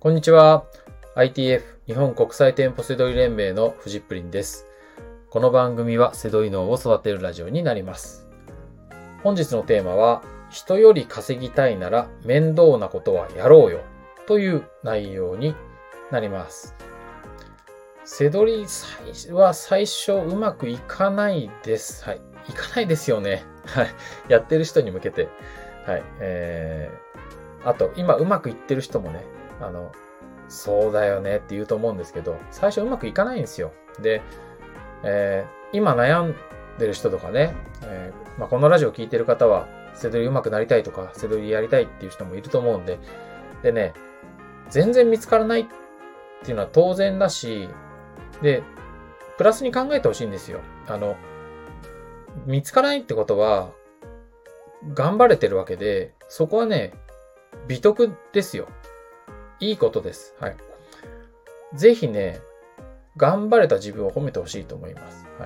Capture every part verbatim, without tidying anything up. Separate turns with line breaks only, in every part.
こんにちは。アイティーエフ 日本国際店舗セドリ連盟のフジップリンです。この番組はセドリ脳を育てるラジオになります。本日のテーマは、人より稼ぎたいなら面倒なことはやろうよという内容になります。セドリは最初うまくいかないです。はい。いかないですよね。はい。やってる人に向けて。はい。えー、あと、今うまくいってる人もね、あの、そうだよねって言うと思うんですけど、最初うまくいかないんですよ。で、えー、今悩んでる人とかね、えーまあ、このラジオ聞いてる方は、セドリ上手くなりたいとか、セドリやりたいっていう人もいると思うんで、でね、全然見つからないっていうのは当然だし、で、プラスに考えてほしいんですよ。あの、見つからないってことは、頑張れてるわけで、そこはね、美徳ですよ。いいことです。はい。ぜひね、頑張れた自分を褒めてほしいと思います。はい。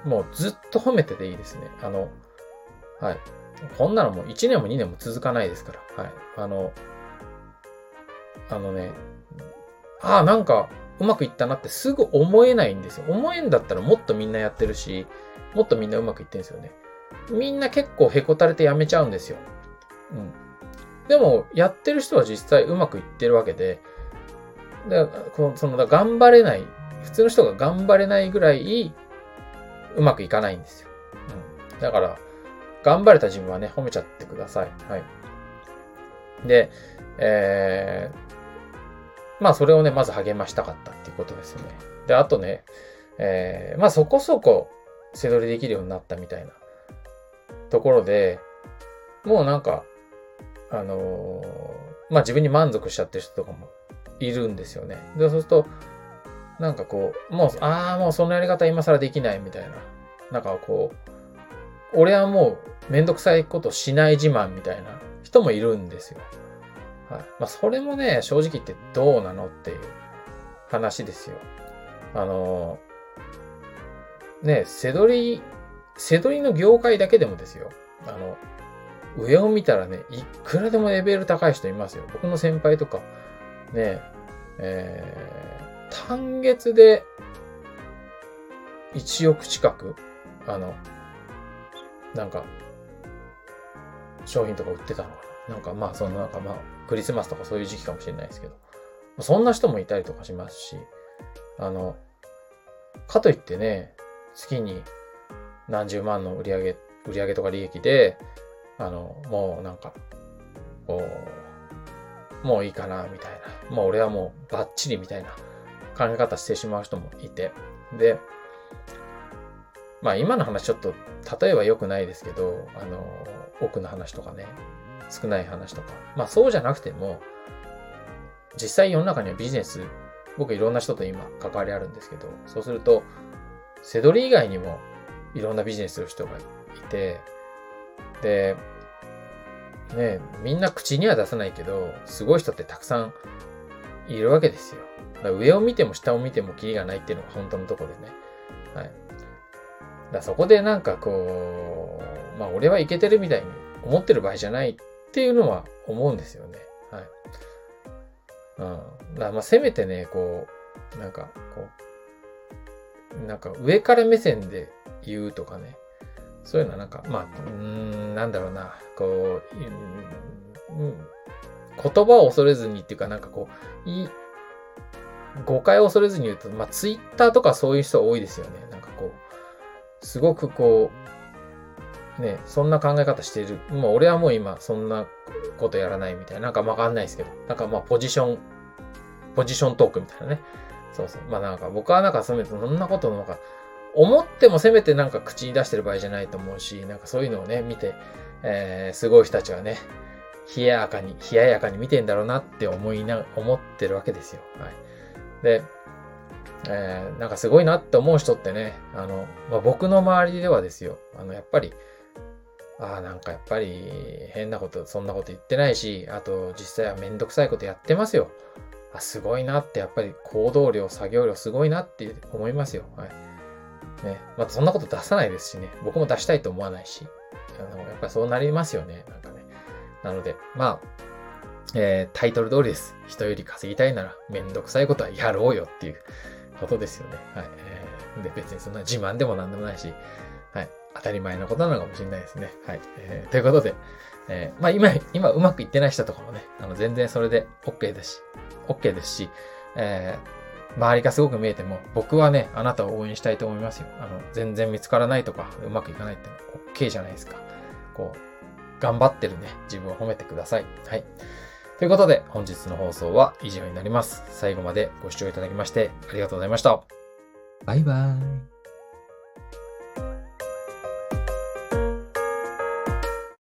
もうずっと褒めてていいですね。あの、はい。こんなのもういちねんもにねんも続かないですから。はい。あの、あのね、ああ、なんかうまくいったなってすぐ思えないんですよ。思えんだったらもっとみんなやってるし、もっとみんなうまくいってるんですよね。みんな結構へこたれてやめちゃうんですよ。うん。でも、やってる人は実際うまくいってるわけで、だこのその頑張れない、普通の人が頑張れないぐらいうまくいかないんですよ。うん、だから、頑張れた自分はね、褒めちゃってください。はい。で、えー、まあそれをね、まず励ましたかったっていうことですよね。で、あとね、えー、まあそこそこ背取りできるようになったみたいなところで、もうなんか、あのー、まあ自分に満足しちゃってる人とかもいるんですよね。で、そうすると、なんかこう、もう、ああ、もうそのやり方今更できないみたいな。なんかこう、俺はもうめんどくさいことしない自慢みたいな人もいるんですよ。はい。まあそれもね、正直言ってどうなのっていう話ですよ。あのー、ね、セドリ、セドリの業界だけでもですよ。あの、上を見たらね、いくらでもレベル高い人いますよ。僕の先輩とか、ね、えー、単月でいちおく近く、あの、なんか、商品とか売ってたのかな。なんかまあ、そのなんかまあ、クリスマスとかそういう時期かもしれないですけど、そんな人もいたりとかしますし、あの、かといってね、月に何十万の売り上げ、売り上げとか利益で、あの、もうなんか、こう、もういいかな、みたいな。もう俺はもうバッチリみたいな考え方してしまう人もいて。で、まあ今の話ちょっと、例えば良くないですけど、あの、奥の話とかね、少ない話とか。まあそうじゃなくても、実際世の中にはビジネス、僕いろんな人と今関わりあるんですけど、そうすると、セドリ以外にもいろんなビジネスする人がいて、で、ね、みんな口には出さないけど、すごい人ってたくさんいるわけですよ。だから上を見ても下を見てもキリがないっていうのが本当のところでね。はい。だからそこでなんかこう、まあ俺はいけてるみたいに思ってる場合じゃないっていうのは思うんですよね。はい。うん。だからまあせめてね、こう、なんかこう、なんか上から目線で言うとかね。そういうのはなんか、まあ、うーん、なんだろうな、こう、うん、言葉を恐れずにっていうか、なんかこう、いい、誤解を恐れずに言うと、まあ、ツイッターとかそういう人多いですよね。なんかこう、すごくこう、ね、そんな考え方している。もう俺はもう今、そんなことやらないみたいな。なんかわかんないですけど、なんかまあ、ポジション、ポジショントークみたいなね。そうそう。まあなんか僕はなんかせめてそんなことなんか、思ってもせめてなんか口に出してる場合じゃないと思うし、なんかそういうのをね、見て、えー、すごい人たちはね、冷ややかに、冷ややかに見てんだろうなって思いな、思ってるわけですよ。はい。で、えー、なんかすごいなって思う人ってね、あの、まあ、僕の周りではですよ、あの、やっぱり、ああ、なんかやっぱり変なこと、そんなこと言ってないし、あと実際はめんどくさいことやってますよ。あ、すごいなって、やっぱり行動量、作業量すごいなって思いますよ。はい。ね。またそんなこと出さないですしね。僕も出したいと思わないし。あの、やっぱりそうなりますよね。なんかね。なので、まえー、タイトル通りです。人より稼ぎたいならめんどくさいことはやろうよっていうことですよね。はい。えー、で、別にそんな自慢でもなんでもないし、はい。当たり前のことなのかもしれないですね。はい。えー、ということで、えー、まあ今、今うまくいってない人とかもね、あの全然それで OK だし、OK ですし、えー、周りがすごく見えても、僕はね、あなたを応援したいと思いますよ。あの、全然見つからないとか、うまくいかないって OK じゃないですか。こう、頑張ってるね、自分を褒めてください。はい。ということで、本日の放送は以上になります。最後までご視聴いただきましてありがとうございました。バイバーイ。